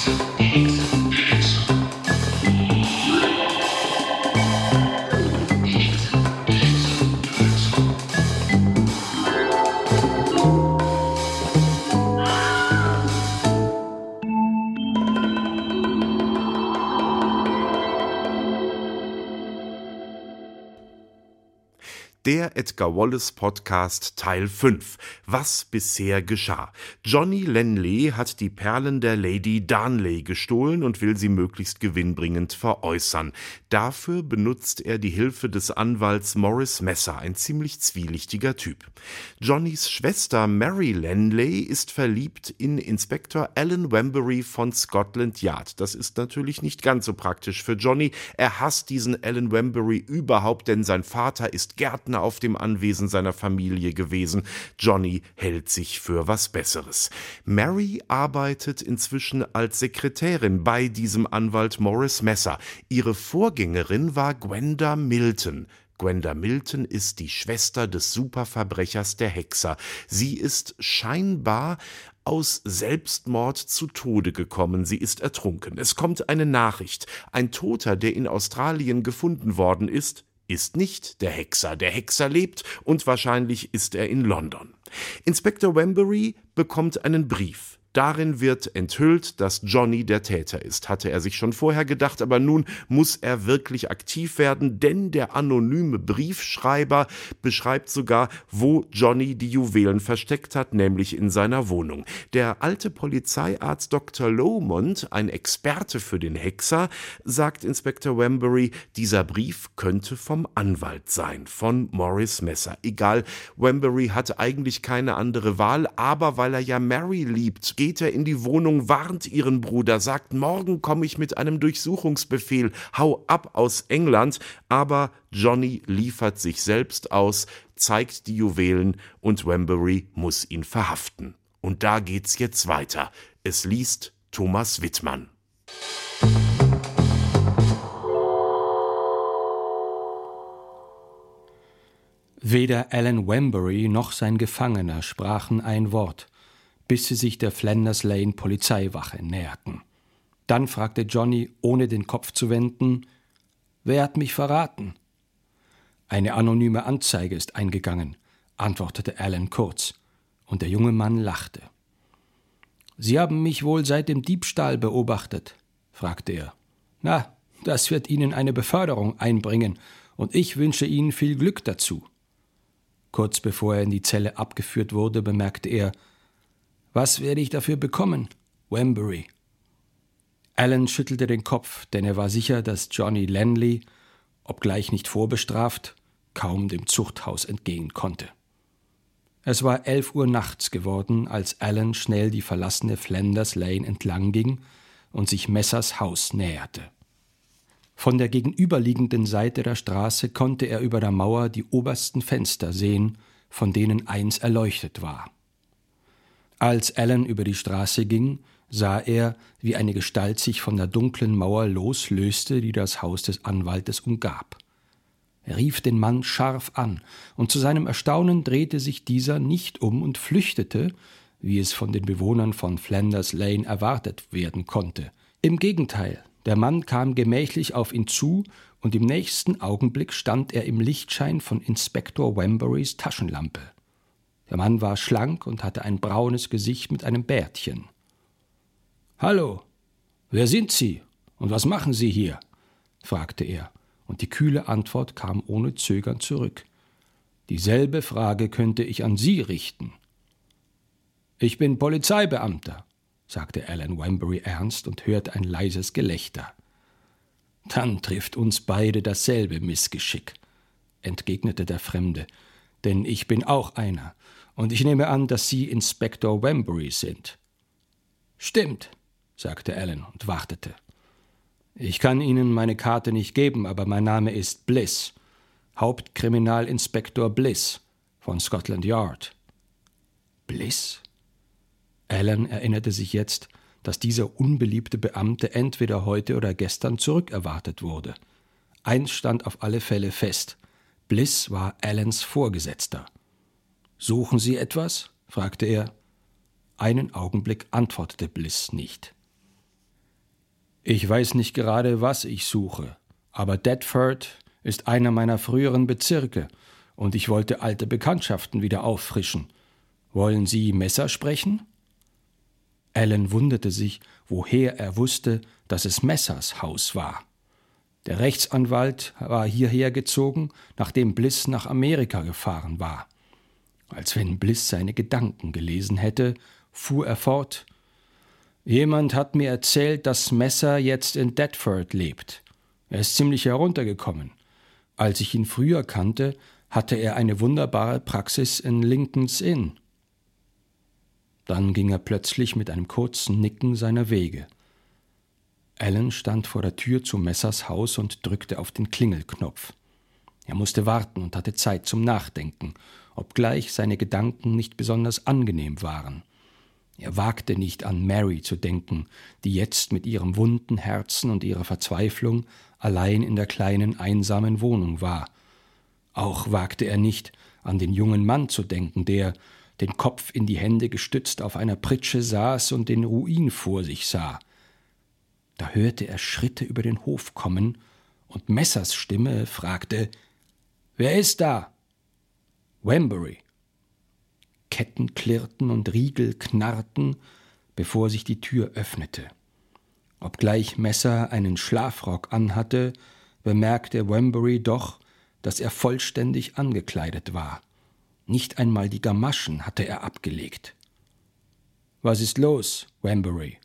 Der Edgar Wallace Podcast Teil 5. Was bisher geschah. Johnny Langley hat die Perlen der Lady Darnley gestohlen und will sie möglichst gewinnbringend veräußern. Dafür benutzt er die Hilfe des Anwalts Maurice Messer, ein ziemlich zwielichtiger Typ. Johnnys Schwester Mary Langley ist verliebt in Inspektor Alan Wambury von Scotland Yard. Das ist natürlich nicht ganz so praktisch für Johnny. Er hasst diesen Alan Wambury überhaupt, denn sein Vater ist Gärtner auf dem Anwesen seiner Familie gewesen. Johnny hält sich für was Besseres. Mary arbeitet inzwischen als Sekretärin bei diesem Anwalt Maurice Messer. Ihre Vorgängerin war Gwenda Milton. Gwenda Milton ist die Schwester des Superverbrechers der Hexer. Sie ist scheinbar aus Selbstmord zu Tode gekommen. Sie ist ertrunken. Es kommt eine Nachricht. Ein Toter, der in Australien gefunden worden ist nicht der Hexer. Der Hexer lebt und wahrscheinlich ist er in London. Inspektor Wambury bekommt einen Brief. Darin wird enthüllt, dass Johnny der Täter ist. Hatte er sich schon vorher gedacht, aber nun muss er wirklich aktiv werden, denn der anonyme Briefschreiber beschreibt sogar, wo Johnny die Juwelen versteckt hat, nämlich in seiner Wohnung. Der alte Polizeiarzt Dr. Lomond, ein Experte für den Hexer, sagt Inspektor Wambury, dieser Brief könnte vom Anwalt sein, von Maurice Messer. Egal, Wambury hat eigentlich keine andere Wahl, aber weil er ja Mary liebt, geht er in die Wohnung, warnt ihren Bruder, sagt, morgen komme ich mit einem Durchsuchungsbefehl, hau ab aus England, aber Johnny liefert sich selbst aus, zeigt die Juwelen und Wambury muss ihn verhaften. Und da geht's jetzt weiter. Es liest Thomas Wittmann. Weder Alan Wambury noch sein Gefangener sprachen ein Wort, bis sie sich der Flanders Lane Polizeiwache näherten. Dann fragte Johnny, ohne den Kopf zu wenden, »Wer hat mich verraten?« »Eine anonyme Anzeige ist eingegangen«, antwortete Alan kurz, und der junge Mann lachte. »Sie haben mich wohl seit dem Diebstahl beobachtet?« fragte er. »Na, das wird Ihnen eine Beförderung einbringen, und ich wünsche Ihnen viel Glück dazu.« Kurz bevor er in die Zelle abgeführt wurde, bemerkte er, »Was werde ich dafür bekommen, Wambury?« Alan schüttelte den Kopf, denn er war sicher, dass Johnny Langley, obgleich nicht vorbestraft, kaum dem Zuchthaus entgehen konnte. Es war 11 Uhr nachts geworden, als Alan schnell die verlassene Flanders Lane entlang ging und sich Messers Haus näherte. Von der gegenüberliegenden Seite der Straße konnte er über der Mauer die obersten Fenster sehen, von denen eins erleuchtet war. Als Alan über die Straße ging, sah er, wie eine Gestalt sich von der dunklen Mauer loslöste, die das Haus des Anwaltes umgab. Er rief den Mann scharf an, und zu seinem Erstaunen drehte sich dieser nicht um und flüchtete, wie es von den Bewohnern von Flanders Lane erwartet werden konnte. Im Gegenteil, der Mann kam gemächlich auf ihn zu, und im nächsten Augenblick stand er im Lichtschein von Inspektor Wamburys Taschenlampe. Der Mann war schlank und hatte ein braunes Gesicht mit einem Bärtchen. »Hallo, wer sind Sie und was machen Sie hier?« fragte er, und die kühle Antwort kam ohne Zögern zurück. »Dieselbe Frage könnte ich an Sie richten.« »Ich bin Polizeibeamter«, sagte Alan Wambury ernst und hörte ein leises Gelächter. »Dann trifft uns beide dasselbe Missgeschick«, entgegnete der Fremde, »denn ich bin auch einer, und ich nehme an, dass Sie Inspektor Wambury sind.« »Stimmt«, sagte Alan und wartete. »Ich kann Ihnen meine Karte nicht geben, aber mein Name ist Bliss, Hauptkriminalinspektor Bliss von Scotland Yard.« »Bliss?« Alan erinnerte sich jetzt, dass dieser unbeliebte Beamte entweder heute oder gestern zurückerwartet wurde. Eins stand auf alle Fälle fest: Bliss war Alans Vorgesetzter. »Suchen Sie etwas?« fragte er. Einen Augenblick antwortete Bliss nicht. Ich weiß nicht gerade, was ich suche, aber Deptford ist einer meiner früheren Bezirke und ich wollte alte Bekanntschaften wieder auffrischen. Wollen Sie Messer sprechen?« Alan wunderte sich, woher er wusste, dass es Messers Haus war. Der Rechtsanwalt war hierher gezogen, nachdem Bliss nach Amerika gefahren war. Als wenn Bliss seine Gedanken gelesen hätte, fuhr er fort: »Jemand hat mir erzählt, dass Messer jetzt in Deptford lebt. Er ist ziemlich heruntergekommen. Als ich ihn früher kannte, hatte er eine wunderbare Praxis in Lincoln's Inn.« Dann ging er plötzlich mit einem kurzen Nicken seiner Wege. Alan stand vor der Tür zu Messers Haus und drückte auf den Klingelknopf. Er musste warten und hatte Zeit zum Nachdenken, obgleich seine Gedanken nicht besonders angenehm waren. Er wagte nicht an Mary zu denken, die jetzt mit ihrem wunden Herzen und ihrer Verzweiflung allein in der kleinen, einsamen Wohnung war. Auch wagte er nicht, an den jungen Mann zu denken, der, den Kopf in die Hände gestützt, auf einer Pritsche saß und den Ruin vor sich sah. Da hörte er Schritte über den Hof kommen, und Messers Stimme fragte: »Wer ist da?« »Wembury.« Ketten klirrten und Riegel knarrten, bevor sich die Tür öffnete. Obgleich Messer einen Schlafrock anhatte, bemerkte Wembury doch, dass er vollständig angekleidet war. Nicht einmal die Gamaschen hatte er abgelegt. »Was ist los, Wembury?«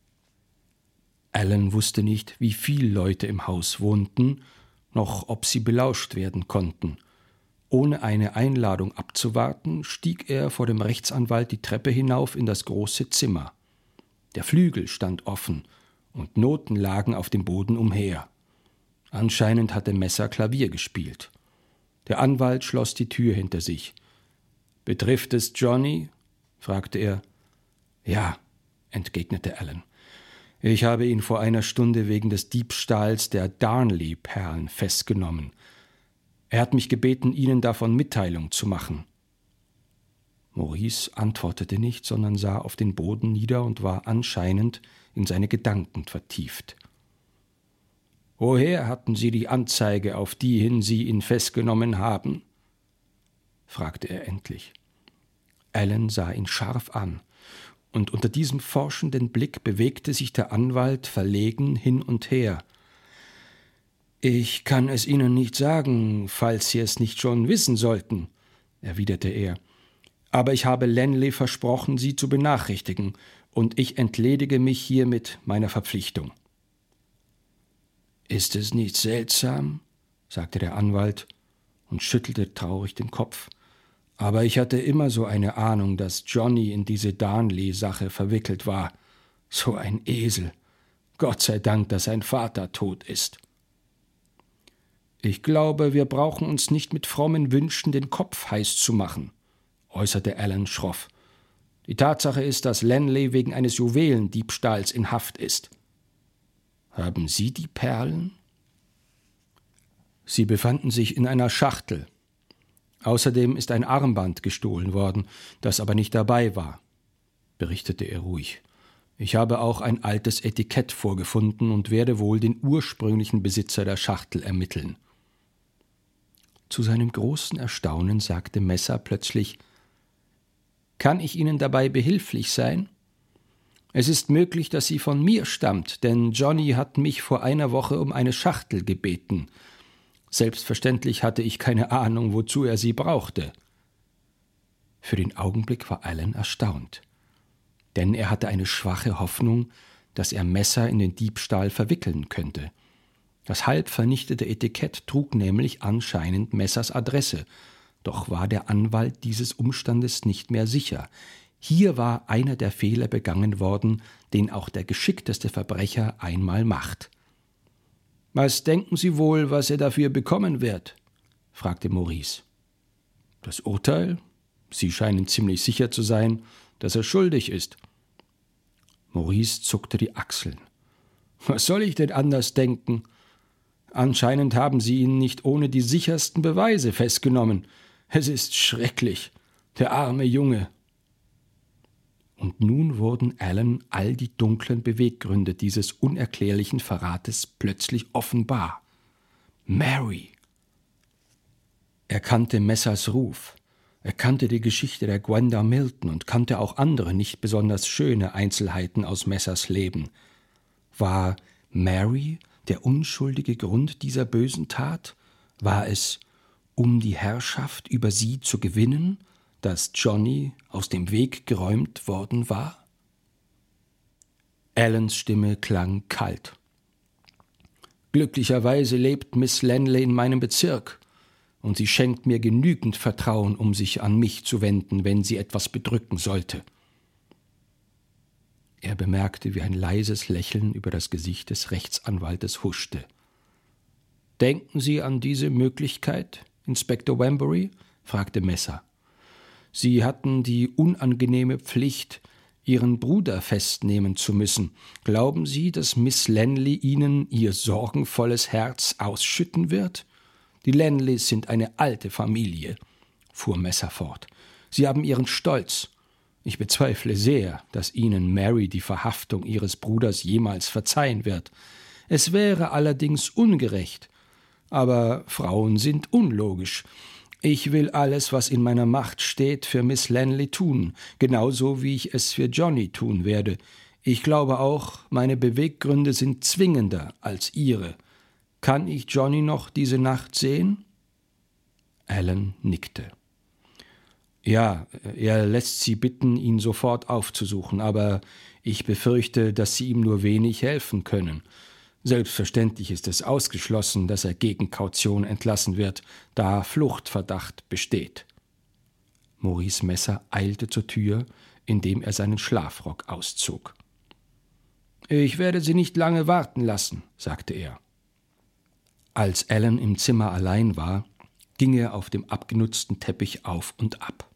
Alan wusste nicht, wie viele Leute im Haus wohnten, noch ob sie belauscht werden konnten. Ohne eine Einladung abzuwarten, stieg er vor dem Rechtsanwalt die Treppe hinauf in das große Zimmer. Der Flügel stand offen, und Noten lagen auf dem Boden umher. Anscheinend hatte Messer Klavier gespielt. Der Anwalt schloss die Tür hinter sich. »Betrifft es Johnny?« fragte er. »Ja«, entgegnete Alan. »Ich habe ihn vor einer Stunde wegen des Diebstahls der Darnley-Perlen festgenommen. Er hat mich gebeten, Ihnen davon Mitteilung zu machen.« Maurice antwortete nicht, sondern sah auf den Boden nieder und war anscheinend in seine Gedanken vertieft. »Woher hatten Sie die Anzeige, auf die hin Sie ihn festgenommen haben?« fragte er endlich. Alan sah ihn scharf an, und unter diesem forschenden Blick bewegte sich der Anwalt verlegen hin und her. »Ich kann es Ihnen nicht sagen, falls Sie es nicht schon wissen sollten«, erwiderte er. »Aber ich habe Lanley versprochen, Sie zu benachrichtigen, und ich entledige mich hiermit meiner Verpflichtung.« »Ist es nicht seltsam?«, sagte der Anwalt und schüttelte traurig den Kopf. »Aber ich hatte immer so eine Ahnung, dass Johnny in diese Darnley-Sache verwickelt war. So ein Esel. Gott sei Dank, dass sein Vater tot ist.« »Ich glaube, wir brauchen uns nicht mit frommen Wünschen den Kopf heiß zu machen«, äußerte Alan schroff. »Die Tatsache ist, dass Lanley wegen eines Juwelendiebstahls in Haft ist.« »Haben Sie die Perlen?« »Sie befanden sich in einer Schachtel. Außerdem ist ein Armband gestohlen worden, das aber nicht dabei war«, berichtete er ruhig. »Ich habe auch ein altes Etikett vorgefunden und werde wohl den ursprünglichen Besitzer der Schachtel ermitteln.« Zu seinem großen Erstaunen sagte Messer plötzlich: »Kann ich Ihnen dabei behilflich sein? Es ist möglich, dass sie von mir stammt, denn Johnny hat mich vor einer Woche um eine Schachtel gebeten. Selbstverständlich hatte ich keine Ahnung, wozu er sie brauchte.« Für den Augenblick war Alan erstaunt, denn er hatte eine schwache Hoffnung, dass er Messer in den Diebstahl verwickeln könnte. Das halb vernichtete Etikett trug nämlich anscheinend Messers Adresse, doch war der Anwalt dieses Umstandes nicht mehr sicher. Hier war einer der Fehler begangen worden, den auch der geschickteste Verbrecher einmal macht. »Was denken Sie wohl, was er dafür bekommen wird?« fragte Maurice. »Das Urteil? Sie scheinen ziemlich sicher zu sein, dass er schuldig ist.« Maurice zuckte die Achseln. »Was soll ich denn anders denken? Anscheinend haben Sie ihn nicht ohne die sichersten Beweise festgenommen. Es ist schrecklich. Der arme Junge.« Und nun wurden Alan all die dunklen Beweggründe dieses unerklärlichen Verrates plötzlich offenbar. Mary! Er kannte Messers Ruf. Er kannte die Geschichte der Gwenda Milton und kannte auch andere nicht besonders schöne Einzelheiten aus Messers Leben. War Mary der unschuldige Grund dieser bösen Tat? War es, um die Herrschaft über sie zu gewinnen, dass Johnny aus dem Weg geräumt worden war? Alans Stimme klang kalt. Glücklicherweise lebt Miss Lanley in meinem Bezirk, und sie schenkt mir genügend Vertrauen, um sich an mich zu wenden, wenn sie etwas bedrücken sollte. Er bemerkte, wie ein leises Lächeln über das Gesicht des Rechtsanwaltes huschte. »Denken Sie an diese Möglichkeit, Inspektor Wembury?« fragte Messer. »Sie hatten die unangenehme Pflicht, Ihren Bruder festnehmen zu müssen. Glauben Sie, dass Miss Lanley Ihnen ihr sorgenvolles Herz ausschütten wird? Die Lanleys sind eine alte Familie«, fuhr Messer fort. »Sie haben ihren Stolz. Ich bezweifle sehr, dass Ihnen Mary die Verhaftung Ihres Bruders jemals verzeihen wird. Es wäre allerdings ungerecht. Aber Frauen sind unlogisch. Ich will alles, was in meiner Macht steht, für Miss Lanley tun, genauso wie ich es für Johnny tun werde. Ich glaube auch, meine Beweggründe sind zwingender als Ihre. Kann ich Johnny noch diese Nacht sehen?« Alan nickte. »Ja, er lässt Sie bitten, ihn sofort aufzusuchen, aber ich befürchte, dass Sie ihm nur wenig helfen können. Selbstverständlich ist es ausgeschlossen, dass er gegen Kaution entlassen wird, da Fluchtverdacht besteht.« Maurice Messer eilte zur Tür, indem er seinen Schlafrock auszog. »Ich werde Sie nicht lange warten lassen«, sagte er. Als Alan im Zimmer allein war, ging er auf dem abgenutzten Teppich auf und ab.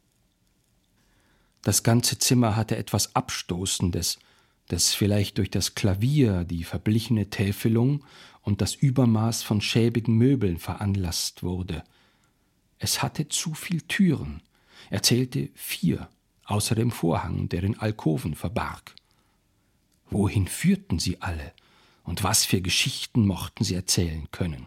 Das ganze Zimmer hatte etwas Abstoßendes, das vielleicht durch das Klavier, die verblichene Täfelung und das Übermaß von schäbigen Möbeln veranlasst wurde. Es hatte zu viel Türen. Er zählte 4, außer dem Vorhang, der den Alkoven verbarg. Wohin führten sie alle? Und was für Geschichten mochten sie erzählen können?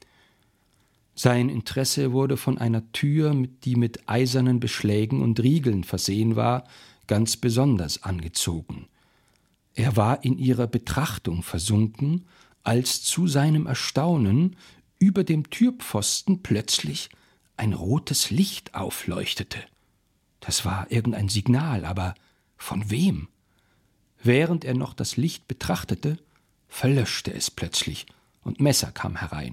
Sein Interesse wurde von einer Tür, die mit eisernen Beschlägen und Riegeln versehen war, ganz besonders angezogen. Er war in ihrer Betrachtung versunken, als zu seinem Erstaunen über dem Türpfosten plötzlich ein rotes Licht aufleuchtete. Das war irgendein Signal, aber von wem? Während er noch das Licht betrachtete, verlöschte es plötzlich, und Messer kam herein.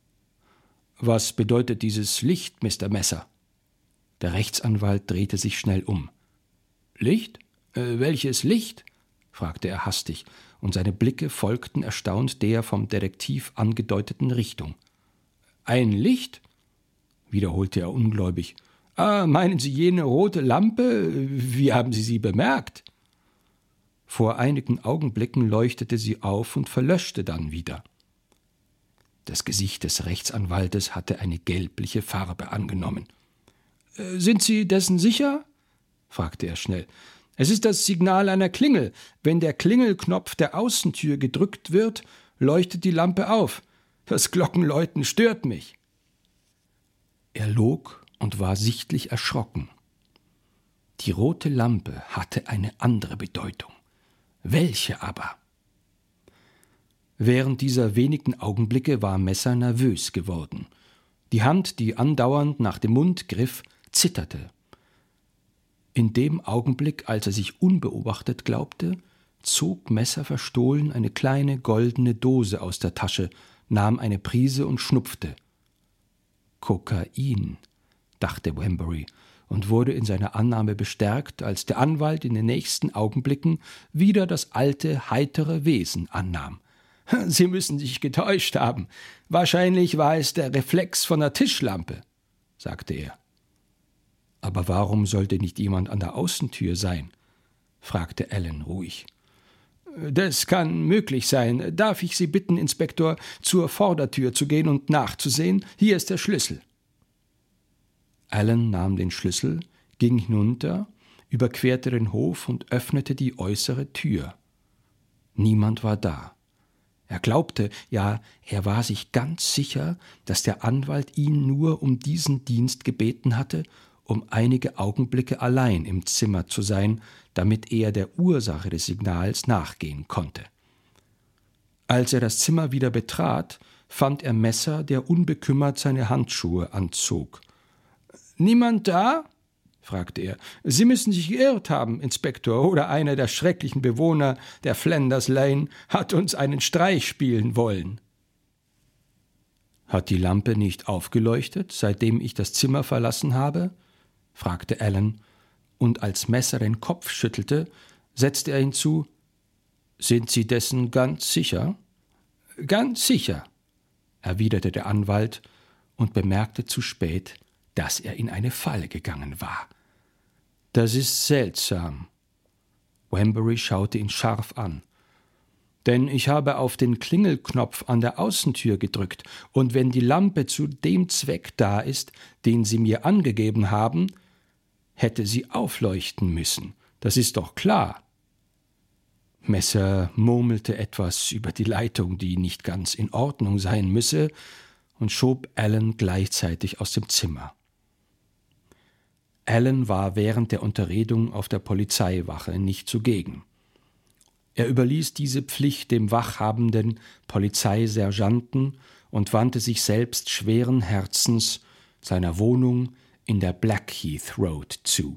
»Was bedeutet dieses Licht, Mr. Messer?« Der Rechtsanwalt drehte sich schnell um. »Licht? Welches Licht?« fragte er hastig, und seine Blicke folgten erstaunt der vom Detektiv angedeuteten Richtung. »Ein Licht?« wiederholte er ungläubig. »Meinen Sie jene rote Lampe? Wie haben Sie sie bemerkt?« Vor einigen Augenblicken leuchtete sie auf und verlöschte dann wieder. Das Gesicht des Rechtsanwaltes hatte eine gelbliche Farbe angenommen. »Sind Sie dessen sicher?« fragte er schnell. »Es ist das Signal einer Klingel. Wenn der Klingelknopf der Außentür gedrückt wird, leuchtet die Lampe auf. Das Glockenläuten stört mich.« Er log und war sichtlich erschrocken. Die rote Lampe hatte eine andere Bedeutung. Welche aber? Während dieser wenigen Augenblicke war Messer nervös geworden. Die Hand, die andauernd nach dem Mund griff, zitterte. In dem Augenblick, als er sich unbeobachtet glaubte, zog Messer verstohlen eine kleine goldene Dose aus der Tasche, nahm eine Prise und schnupfte. »Kokain«, dachte Wembury und wurde in seiner Annahme bestärkt, als der Anwalt in den nächsten Augenblicken wieder das alte, heitere Wesen annahm. »Sie müssen sich getäuscht haben. Wahrscheinlich war es der Reflex von der Tischlampe«, sagte er. »Aber warum sollte nicht jemand an der Außentür sein?« fragte Alan ruhig. »Das kann möglich sein. Darf ich Sie bitten, Inspektor, zur Vordertür zu gehen und nachzusehen? Hier ist der Schlüssel.« Alan nahm den Schlüssel, ging hinunter, überquerte den Hof und öffnete die äußere Tür. Niemand war da. Er glaubte, ja, er war sich ganz sicher, dass der Anwalt ihn nur um diesen Dienst gebeten hatte, um einige Augenblicke allein im Zimmer zu sein, damit er der Ursache des Signals nachgehen konnte. Als er das Zimmer wieder betrat, fand er Messer, der unbekümmert seine Handschuhe anzog. »Niemand da?« fragte er. »Sie müssen sich geirrt haben, Inspektor, oder einer der schrecklichen Bewohner der Flanders Lane hat uns einen Streich spielen wollen.« »Hat die Lampe nicht aufgeleuchtet, seitdem ich das Zimmer verlassen habe?« fragte Alan, und als Messer den Kopf schüttelte, setzte er hinzu: »Sind Sie dessen ganz sicher?« »Ganz sicher«, erwiderte der Anwalt und bemerkte zu spät, dass er in eine Falle gegangen war. »Das ist seltsam.« Wembury schaute ihn scharf an. »Denn ich habe auf den Klingelknopf an der Außentür gedrückt, und wenn die Lampe zu dem Zweck da ist, den Sie mir angegeben haben, hätte sie aufleuchten müssen. Das ist doch klar.« Messer murmelte etwas über die Leitung, die nicht ganz in Ordnung sein müsse, und schob Alan gleichzeitig aus dem Zimmer. Alan war während der Unterredung auf der Polizeiwache nicht zugegen. Er überließ diese Pflicht dem wachhabenden Polizeisergeanten und wandte sich selbst schweren Herzens seiner Wohnung in der Blackheath Road zu.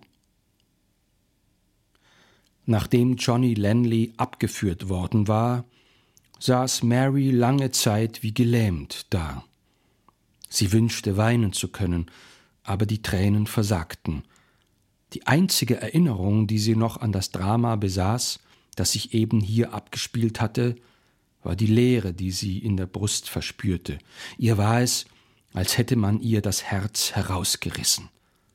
Nachdem Johnny Langley abgeführt worden war, saß Mary lange Zeit wie gelähmt da. Sie wünschte, weinen zu können, aber die Tränen versagten. Die einzige Erinnerung, die sie noch an das Drama besaß, das sich eben hier abgespielt hatte, war die Leere, die sie in der Brust verspürte. Ihr war es, als hätte man ihr das Herz herausgerissen.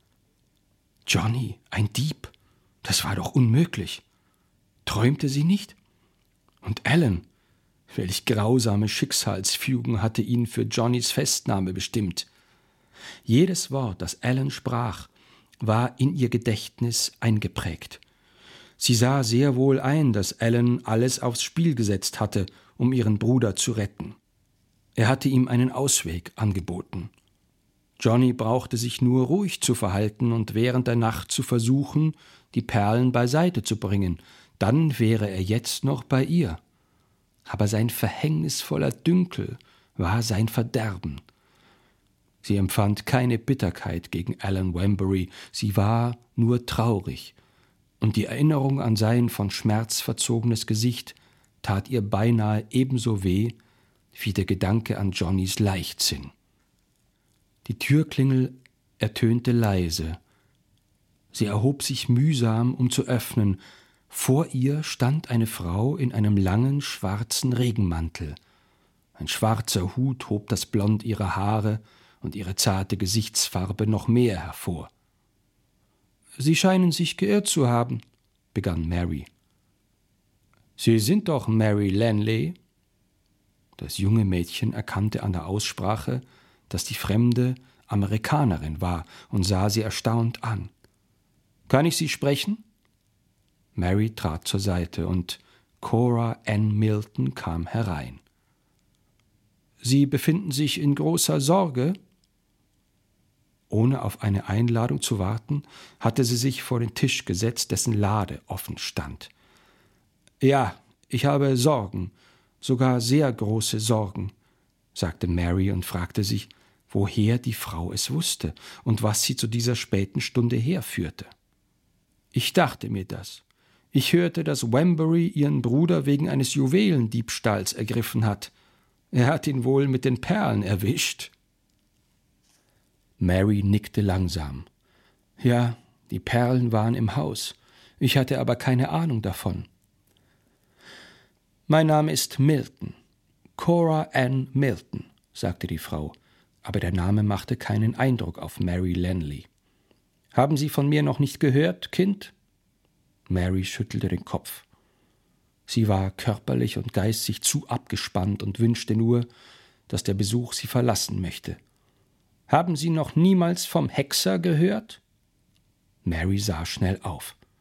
Johnny, ein Dieb, das war doch unmöglich. Träumte sie nicht? Und Alan, welch grausame Schicksalsfügung hatte ihn für Johnnys Festnahme bestimmt. Jedes Wort, das Alan sprach, war in ihr Gedächtnis eingeprägt. Sie sah sehr wohl ein, dass Alan alles aufs Spiel gesetzt hatte, um ihren Bruder zu retten. Er hatte ihm einen Ausweg angeboten. Johnny brauchte sich nur ruhig zu verhalten und während der Nacht zu versuchen, die Perlen beiseite zu bringen. Dann wäre er jetzt noch bei ihr. Aber sein verhängnisvoller Dünkel war sein Verderben. Sie empfand keine Bitterkeit gegen Alan Wembury, sie war nur traurig, und die Erinnerung an sein von Schmerz verzogenes Gesicht tat ihr beinahe ebenso weh wie der Gedanke an Johnnys Leichtsinn. Die Türklingel ertönte leise. Sie erhob sich mühsam, um zu öffnen. Vor ihr stand eine Frau in einem langen, schwarzen Regenmantel. Ein schwarzer Hut hob das Blond ihrer Haare und ihre zarte Gesichtsfarbe noch mehr hervor. »Sie scheinen sich geirrt zu haben«, begann Mary. »Sie sind doch Mary Langley?« Das junge Mädchen erkannte an der Aussprache, dass die Fremde Amerikanerin war, und sah sie erstaunt an. »Kann ich Sie sprechen?« Mary trat zur Seite, und Cora Ann Milton kam herein. »Sie befinden sich in großer Sorge?« Ohne auf eine Einladung zu warten, hatte sie sich vor den Tisch gesetzt, dessen Lade offen stand. »Ja, ich habe Sorgen, sogar sehr große Sorgen«, sagte Mary und fragte sich, woher die Frau es wusste und was sie zu dieser späten Stunde herführte. »Ich dachte mir das. Ich hörte, dass Wembury ihren Bruder wegen eines Juwelendiebstahls ergriffen hat. Er hat ihn wohl mit den Perlen erwischt.« Mary nickte langsam. »Ja, die Perlen waren im Haus. Ich hatte aber keine Ahnung davon.« »Mein Name ist Milton, Cora Ann Milton«, sagte die Frau, aber der Name machte keinen Eindruck auf Mary Langley. »Haben Sie von mir noch nicht gehört, Kind?« Mary schüttelte den Kopf. Sie war körperlich und geistig zu abgespannt und wünschte nur, dass der Besuch sie verlassen möchte. »Haben Sie noch niemals vom Hexer gehört?« Mary sah schnell auf.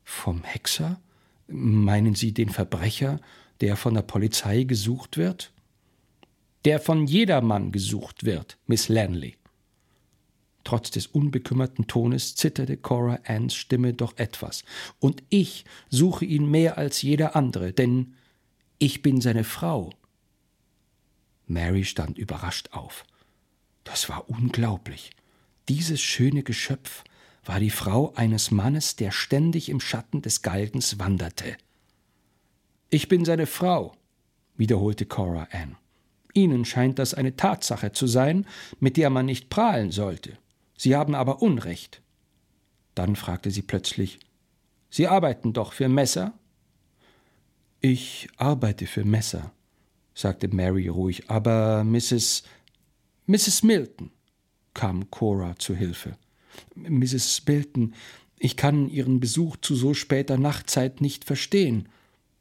»Vom Hexer? Meinen Sie den Verbrecher, der von der Polizei gesucht wird?« »Der von jedermann gesucht wird, Miss Langley.« Trotz des unbekümmerten Tones zitterte Cora Anns Stimme doch etwas. »Und ich suche ihn mehr als jeder andere, denn ich bin seine Frau.« Mary stand überrascht auf. Das war unglaublich. Dieses schöne Geschöpf war die Frau eines Mannes, der ständig im Schatten des Galgens wanderte. »Ich bin seine Frau«, wiederholte Cora Ann. »Ihnen scheint das eine Tatsache zu sein, mit der man nicht prahlen sollte. Sie haben aber Unrecht.« Dann fragte sie plötzlich, »Sie arbeiten doch für Messer?« »Ich arbeite für Messer«, sagte Mary ruhig, »aber Mrs. Milton«, kam Cora zu Hilfe. »Mrs. Milton, ich kann Ihren Besuch zu so später Nachtzeit nicht verstehen.«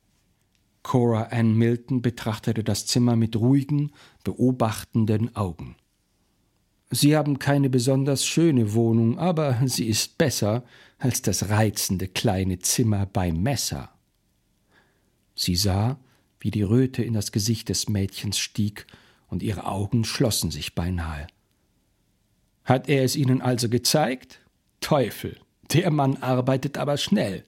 Cora Ann Milton betrachtete das Zimmer mit ruhigen, beobachtenden Augen. »Sie haben keine besonders schöne Wohnung, aber sie ist besser als das reizende kleine Zimmer bei Messer.« Sie sah, wie die Röte in das Gesicht des Mädchens stieg, und ihre Augen schlossen sich beinahe. »Hat er es Ihnen also gezeigt? Teufel, der Mann arbeitet aber schnell.«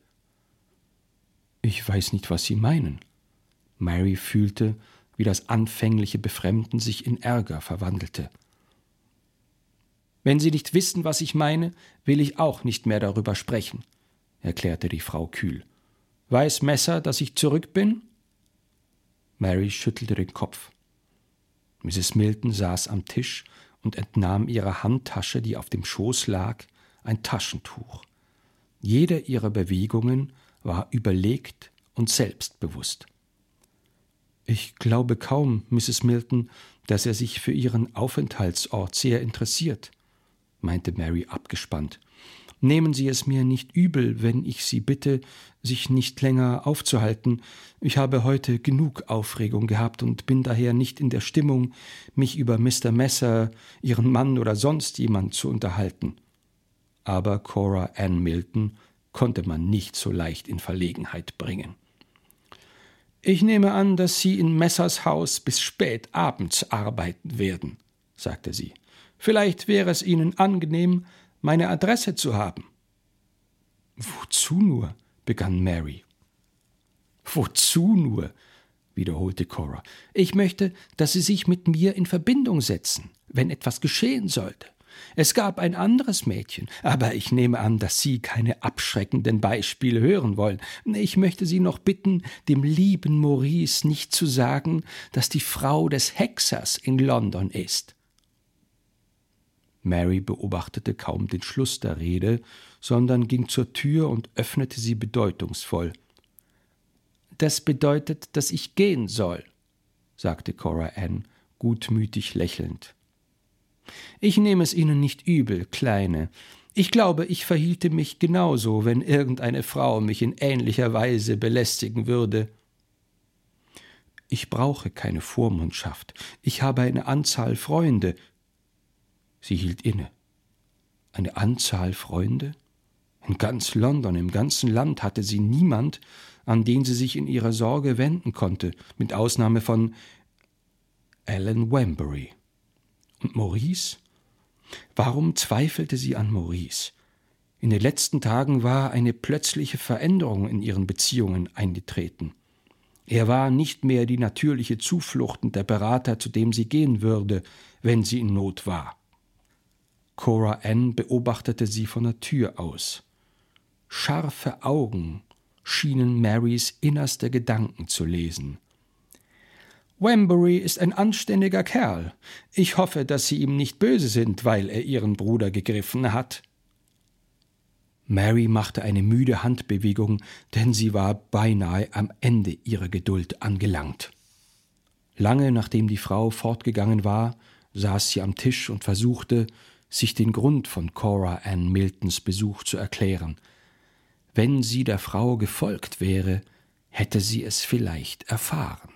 »Ich weiß nicht, was Sie meinen.« Mary fühlte, wie das anfängliche Befremden sich in Ärger verwandelte. »Wenn Sie nicht wissen, was ich meine, will ich auch nicht mehr darüber sprechen«, erklärte die Frau kühl. »Weiß Messer, dass ich zurück bin?« Mary schüttelte den Kopf. Mrs. Milton saß am Tisch und entnahm ihrer Handtasche, die auf dem Schoß lag, ein Taschentuch. Jede ihrer Bewegungen war überlegt und selbstbewusst. »Ich glaube kaum, Mrs. Milton, dass er sich für Ihren Aufenthaltsort sehr interessiert«, meinte Mary abgespannt. »Nehmen Sie es mir nicht übel, wenn ich Sie bitte, sich nicht länger aufzuhalten. Ich habe heute genug Aufregung gehabt und bin daher nicht in der Stimmung, mich über Mr. Messer, Ihren Mann oder sonst jemand zu unterhalten.« Aber Cora Ann Milton konnte man nicht so leicht in Verlegenheit bringen. »Ich nehme an, dass Sie in Messers Haus bis spät abends arbeiten werden«, sagte sie. »Vielleicht wäre es Ihnen angenehm, meine Adresse zu haben.« »Wozu nur?«, begann Mary. »Wozu nur?«, wiederholte Cora. »Ich möchte, dass Sie sich mit mir in Verbindung setzen, wenn etwas geschehen sollte. Es gab ein anderes Mädchen, aber ich nehme an, dass Sie keine abschreckenden Beispiele hören wollen. Ich möchte Sie noch bitten, dem lieben Maurice nicht zu sagen, dass die Frau des Hexers in London ist.« Mary beobachtete kaum den Schluss der Rede, sondern ging zur Tür und öffnete sie bedeutungsvoll. »Das bedeutet, dass ich gehen soll«, sagte Cora Ann, gutmütig lächelnd. »Ich nehme es Ihnen nicht übel, Kleine. Ich glaube, ich verhielte mich genauso, wenn irgendeine Frau mich in ähnlicher Weise belästigen würde.« »Ich brauche keine Vormundschaft. Ich habe eine Anzahl Freunde.« Sie hielt inne. Eine Anzahl Freunde? In ganz London, im ganzen Land hatte sie niemand, an den sie sich in ihrer Sorge wenden konnte, mit Ausnahme von Alan Wembury. Und Maurice? Warum zweifelte sie an Maurice? In den letzten Tagen war eine plötzliche Veränderung in ihren Beziehungen eingetreten. Er war nicht mehr die natürliche Zuflucht und der Berater, zu dem sie gehen würde, wenn sie in Not war. Cora Ann beobachtete sie von der Tür aus. Scharfe Augen schienen Marys innerste Gedanken zu lesen. »Wembury ist ein anständiger Kerl. Ich hoffe, dass Sie ihm nicht böse sind, weil er Ihren Bruder gegriffen hat.« Mary machte eine müde Handbewegung, denn sie war beinahe am Ende ihrer Geduld angelangt. Lange nachdem die Frau fortgegangen war, saß sie am Tisch und versuchte, sich den Grund von Cora Ann Miltons Besuch zu erklären. Wenn sie der Frau gefolgt wäre, hätte sie es vielleicht erfahren.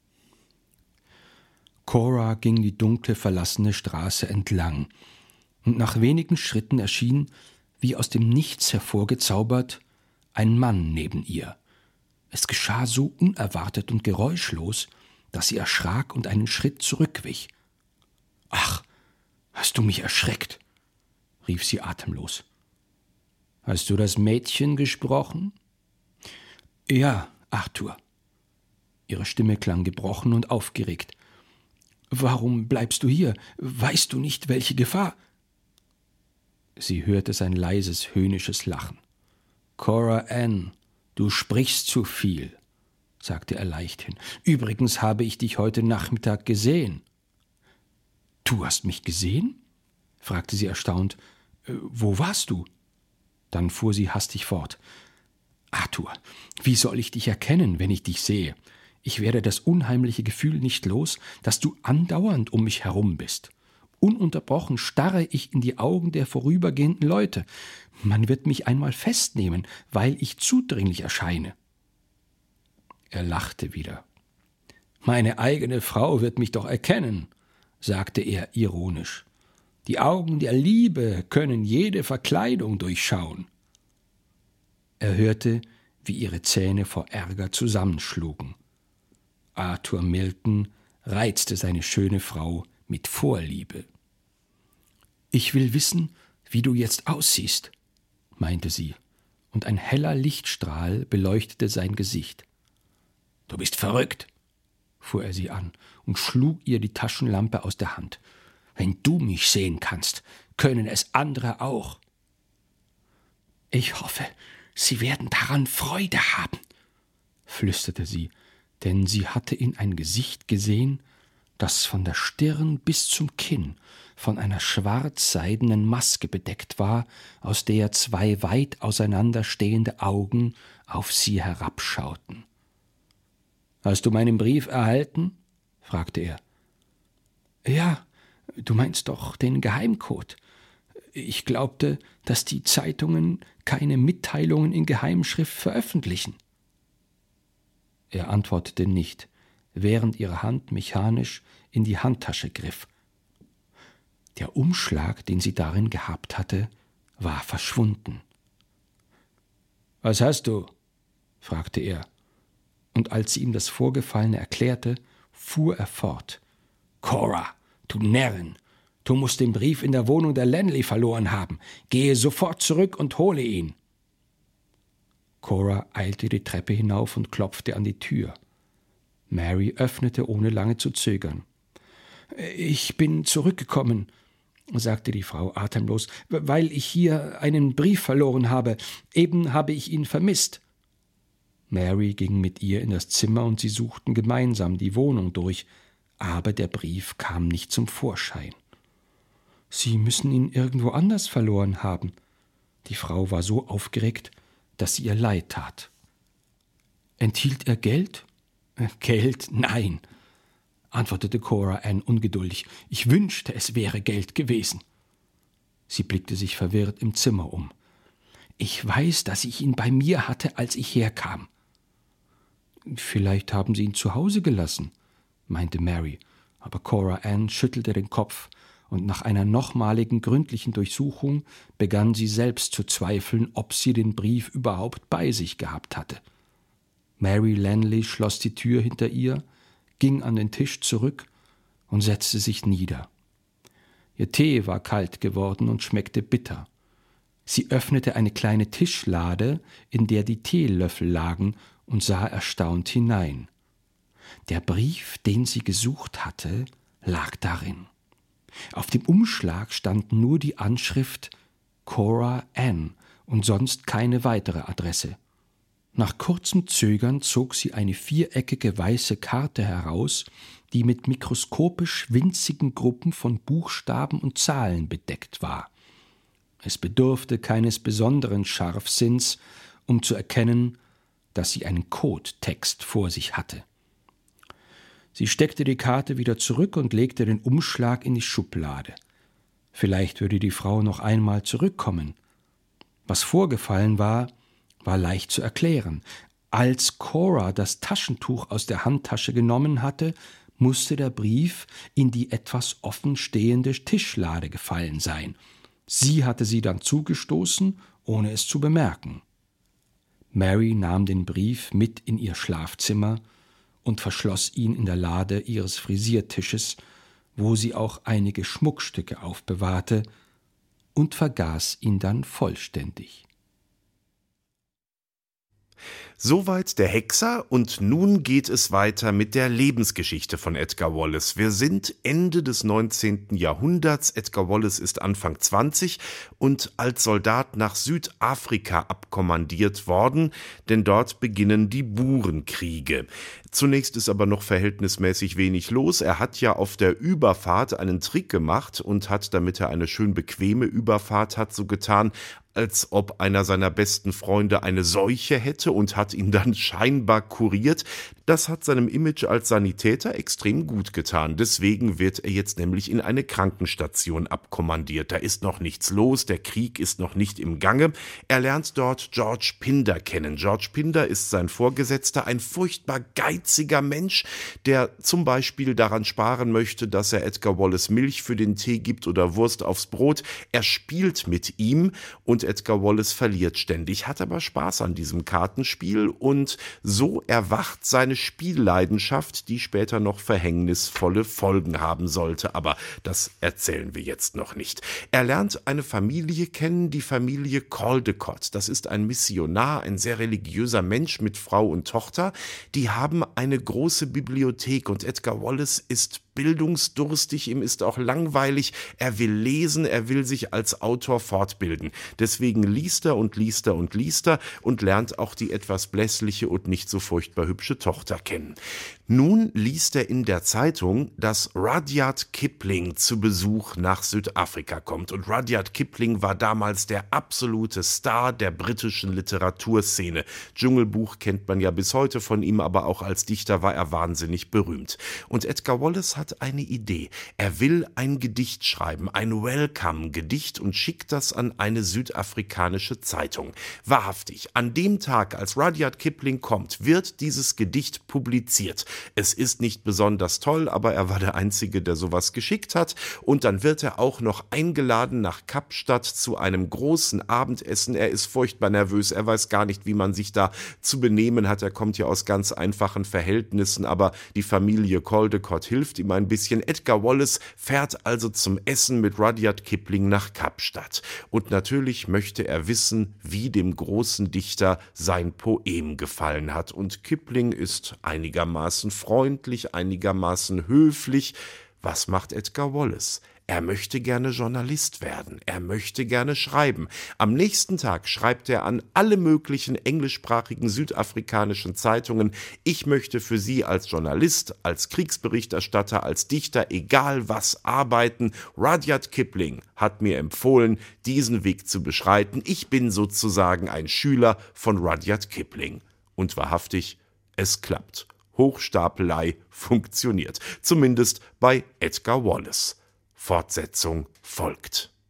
Cora ging die dunkle, verlassene Straße entlang, und nach wenigen Schritten erschien, wie aus dem Nichts hervorgezaubert, ein Mann neben ihr. Es geschah so unerwartet und geräuschlos, dass sie erschrak und einen Schritt zurückwich. »Ach, hast du mich erschreckt?« rief sie atemlos. »Hast du das Mädchen gesprochen?« »Ja, Arthur.« Ihre Stimme klang gebrochen und aufgeregt. »Warum bleibst du hier? Weißt du nicht, welche Gefahr?« Sie hörte sein leises, höhnisches Lachen. »Cora Ann, du sprichst zu viel«, sagte er leichthin. »Übrigens habe ich dich heute Nachmittag gesehen.« »Du hast mich gesehen?« fragte sie erstaunt. »Wo warst du?« Dann fuhr sie hastig fort. »Arthur, wie soll ich dich erkennen, wenn ich dich sehe? Ich werde das unheimliche Gefühl nicht los, dass du andauernd um mich herum bist. Ununterbrochen starre ich in die Augen der vorübergehenden Leute. Man wird mich einmal festnehmen, weil ich zudringlich erscheine.« Er lachte wieder. »Meine eigene Frau wird mich doch erkennen«, sagte er ironisch. »Die Augen der Liebe können jede Verkleidung durchschauen.« Er hörte, wie ihre Zähne vor Ärger zusammenschlugen. Arthur Milton reizte seine schöne Frau mit Vorliebe. »Ich will wissen, wie du jetzt aussiehst«, meinte sie, und ein heller Lichtstrahl beleuchtete sein Gesicht. »Du bist verrückt«, fuhr er sie an und schlug ihr die Taschenlampe aus der Hand. »Wenn du mich sehen kannst, können es andere auch.« »Ich hoffe, sie werden daran Freude haben«, flüsterte sie, denn sie hatte in ein Gesicht gesehen, das von der Stirn bis zum Kinn von einer schwarz-seidenen Maske bedeckt war, aus der zwei weit auseinanderstehende Augen auf sie herabschauten. »Hast du meinen Brief erhalten?« fragte er. »Ja, du meinst doch den Geheimcode. Ich glaubte, dass die Zeitungen keine Mitteilungen in Geheimschrift veröffentlichen.« Er antwortete nicht, während ihre Hand mechanisch in die Handtasche griff. Der Umschlag, den sie darin gehabt hatte, war verschwunden. »Was hast du?« fragte er, und als sie ihm das Vorgefallene erklärte, fuhr er fort. »Cora, du Närrin, du musst den Brief in der Wohnung der Lanley verloren haben. Gehe sofort zurück und hole ihn.« Cora eilte die Treppe hinauf und klopfte an die Tür. Mary öffnete, ohne lange zu zögern. »Ich bin zurückgekommen«, sagte die Frau atemlos, »weil ich hier einen Brief verloren habe. Eben habe ich ihn vermisst.« Mary ging mit ihr in das Zimmer und sie suchten gemeinsam die Wohnung durch, aber der Brief kam nicht zum Vorschein. »Sie müssen ihn irgendwo anders verloren haben.« Die Frau war so aufgeregt, dass sie ihr leid tat. »Enthielt er Geld?« »Geld? Nein«, antwortete Cora Ann ungeduldig. »Ich wünschte, es wäre Geld gewesen.« Sie blickte sich verwirrt im Zimmer um. »Ich weiß, dass ich ihn bei mir hatte, als ich herkam.« »Vielleicht haben Sie ihn zu Hause gelassen«, meinte Mary, aber Cora Ann schüttelte den Kopf, und nach einer nochmaligen gründlichen Durchsuchung begann sie selbst zu zweifeln, ob sie den Brief überhaupt bei sich gehabt hatte. Mary Lanley schloss die Tür hinter ihr, ging an den Tisch zurück und setzte sich nieder. Ihr Tee war kalt geworden und schmeckte bitter. Sie öffnete eine kleine Tischlade, in der die Teelöffel lagen, und sah erstaunt hinein. Der Brief, den sie gesucht hatte, lag darin. Auf dem Umschlag stand nur die Anschrift Cora Ann und sonst keine weitere Adresse. Nach kurzem Zögern zog sie eine viereckige weiße Karte heraus, die mit mikroskopisch winzigen Gruppen von Buchstaben und Zahlen bedeckt war. Es bedurfte keines besonderen Scharfsinns, um zu erkennen, dass sie einen Codetext vor sich hatte. Sie steckte die Karte wieder zurück und legte den Umschlag in die Schublade. Vielleicht würde die Frau noch einmal zurückkommen. Was vorgefallen war, war leicht zu erklären. Als Cora das Taschentuch aus der Handtasche genommen hatte, musste der Brief in die etwas offen stehende Tischlade gefallen sein. Sie hatte sie dann zugestoßen, ohne es zu bemerken. Mary nahm den Brief mit in ihr Schlafzimmer und verschloss ihn in der Lade ihres Frisiertisches, wo sie auch einige Schmuckstücke aufbewahrte, und vergaß ihn dann vollständig. Soweit der Hexer, und nun geht es weiter mit der Lebensgeschichte von Edgar Wallace. Wir sind Ende des 19. Jahrhunderts, Edgar Wallace ist Anfang 20 und als Soldat nach Südafrika abkommandiert worden, denn dort beginnen die Burenkriege. Zunächst ist aber noch verhältnismäßig wenig los. Er hat ja auf der Überfahrt einen Trick gemacht und hat, damit er eine schön bequeme Überfahrt hat, so getan, als ob einer seiner besten Freunde eine Seuche hätte und hat ihn dann scheinbar kuriert. Das hat seinem Image als Sanitäter extrem gut getan. Deswegen wird er jetzt nämlich in eine Krankenstation abkommandiert. Da ist noch nichts los, der Krieg ist noch nicht im Gange. Er lernt dort George Pinder kennen. George Pinder ist sein Vorgesetzter, ein furchtbar geiziger Mensch, der zum Beispiel daran sparen möchte, dass er Edgar Wallace Milch für den Tee gibt oder Wurst aufs Brot. Er spielt mit ihm und Edgar Wallace verliert ständig, hat aber Spaß an diesem Kartenspiel und so erwacht seine Spielleidenschaft, die später noch verhängnisvolle Folgen haben sollte, aber das erzählen wir jetzt noch nicht. Er lernt eine Familie kennen, die Familie Caldecott. Das ist ein Missionar, ein sehr religiöser Mensch mit Frau und Tochter. Die haben eine große Bibliothek und Edgar Wallace ist bildungsdurstig, ihm ist auch langweilig, er will lesen, er will sich als Autor fortbilden. Deswegen liest er und liest er und liest er und lernt auch die etwas blässliche und nicht so furchtbar hübsche Tochter kennen. Nun liest er in der Zeitung, dass Rudyard Kipling zu Besuch nach Südafrika kommt. Und Rudyard Kipling war damals der absolute Star der britischen Literaturszene. Dschungelbuch kennt man ja bis heute von ihm, aber auch als Dichter war er wahnsinnig berühmt. Und Edgar Wallace hat eine Idee. Er will ein Gedicht schreiben, ein Welcome-Gedicht und schickt das an eine südafrikanische Zeitung. Wahrhaftig, an dem Tag, als Rudyard Kipling kommt, wird dieses Gedicht publiziert. Es ist nicht besonders toll, aber er war der Einzige, der sowas geschickt hat. Und dann wird er auch noch eingeladen nach Kapstadt zu einem großen Abendessen. Er ist furchtbar nervös, er weiß gar nicht, wie man sich da zu benehmen hat. Er kommt ja aus ganz einfachen Verhältnissen, aber die Familie Caldecott hilft ihm ein bisschen. Edgar Wallace fährt also zum Essen mit Rudyard Kipling nach Kapstadt. Und natürlich möchte er wissen, wie dem großen Dichter sein Poem gefallen hat. Und Kipling ist einigermaßen freundlich, einigermaßen höflich. Was macht Edgar Wallace? Er möchte gerne Journalist werden, er möchte gerne schreiben. Am nächsten Tag schreibt er an alle möglichen englischsprachigen südafrikanischen Zeitungen: Ich möchte für Sie als Journalist, als Kriegsberichterstatter, als Dichter, egal was, arbeiten. Rudyard Kipling hat mir empfohlen, diesen Weg zu beschreiten. Ich bin sozusagen ein Schüler von Rudyard Kipling. Und wahrhaftig, es klappt. Hochstapelei funktioniert, zumindest bei Edgar Wallace. Fortsetzung folgt.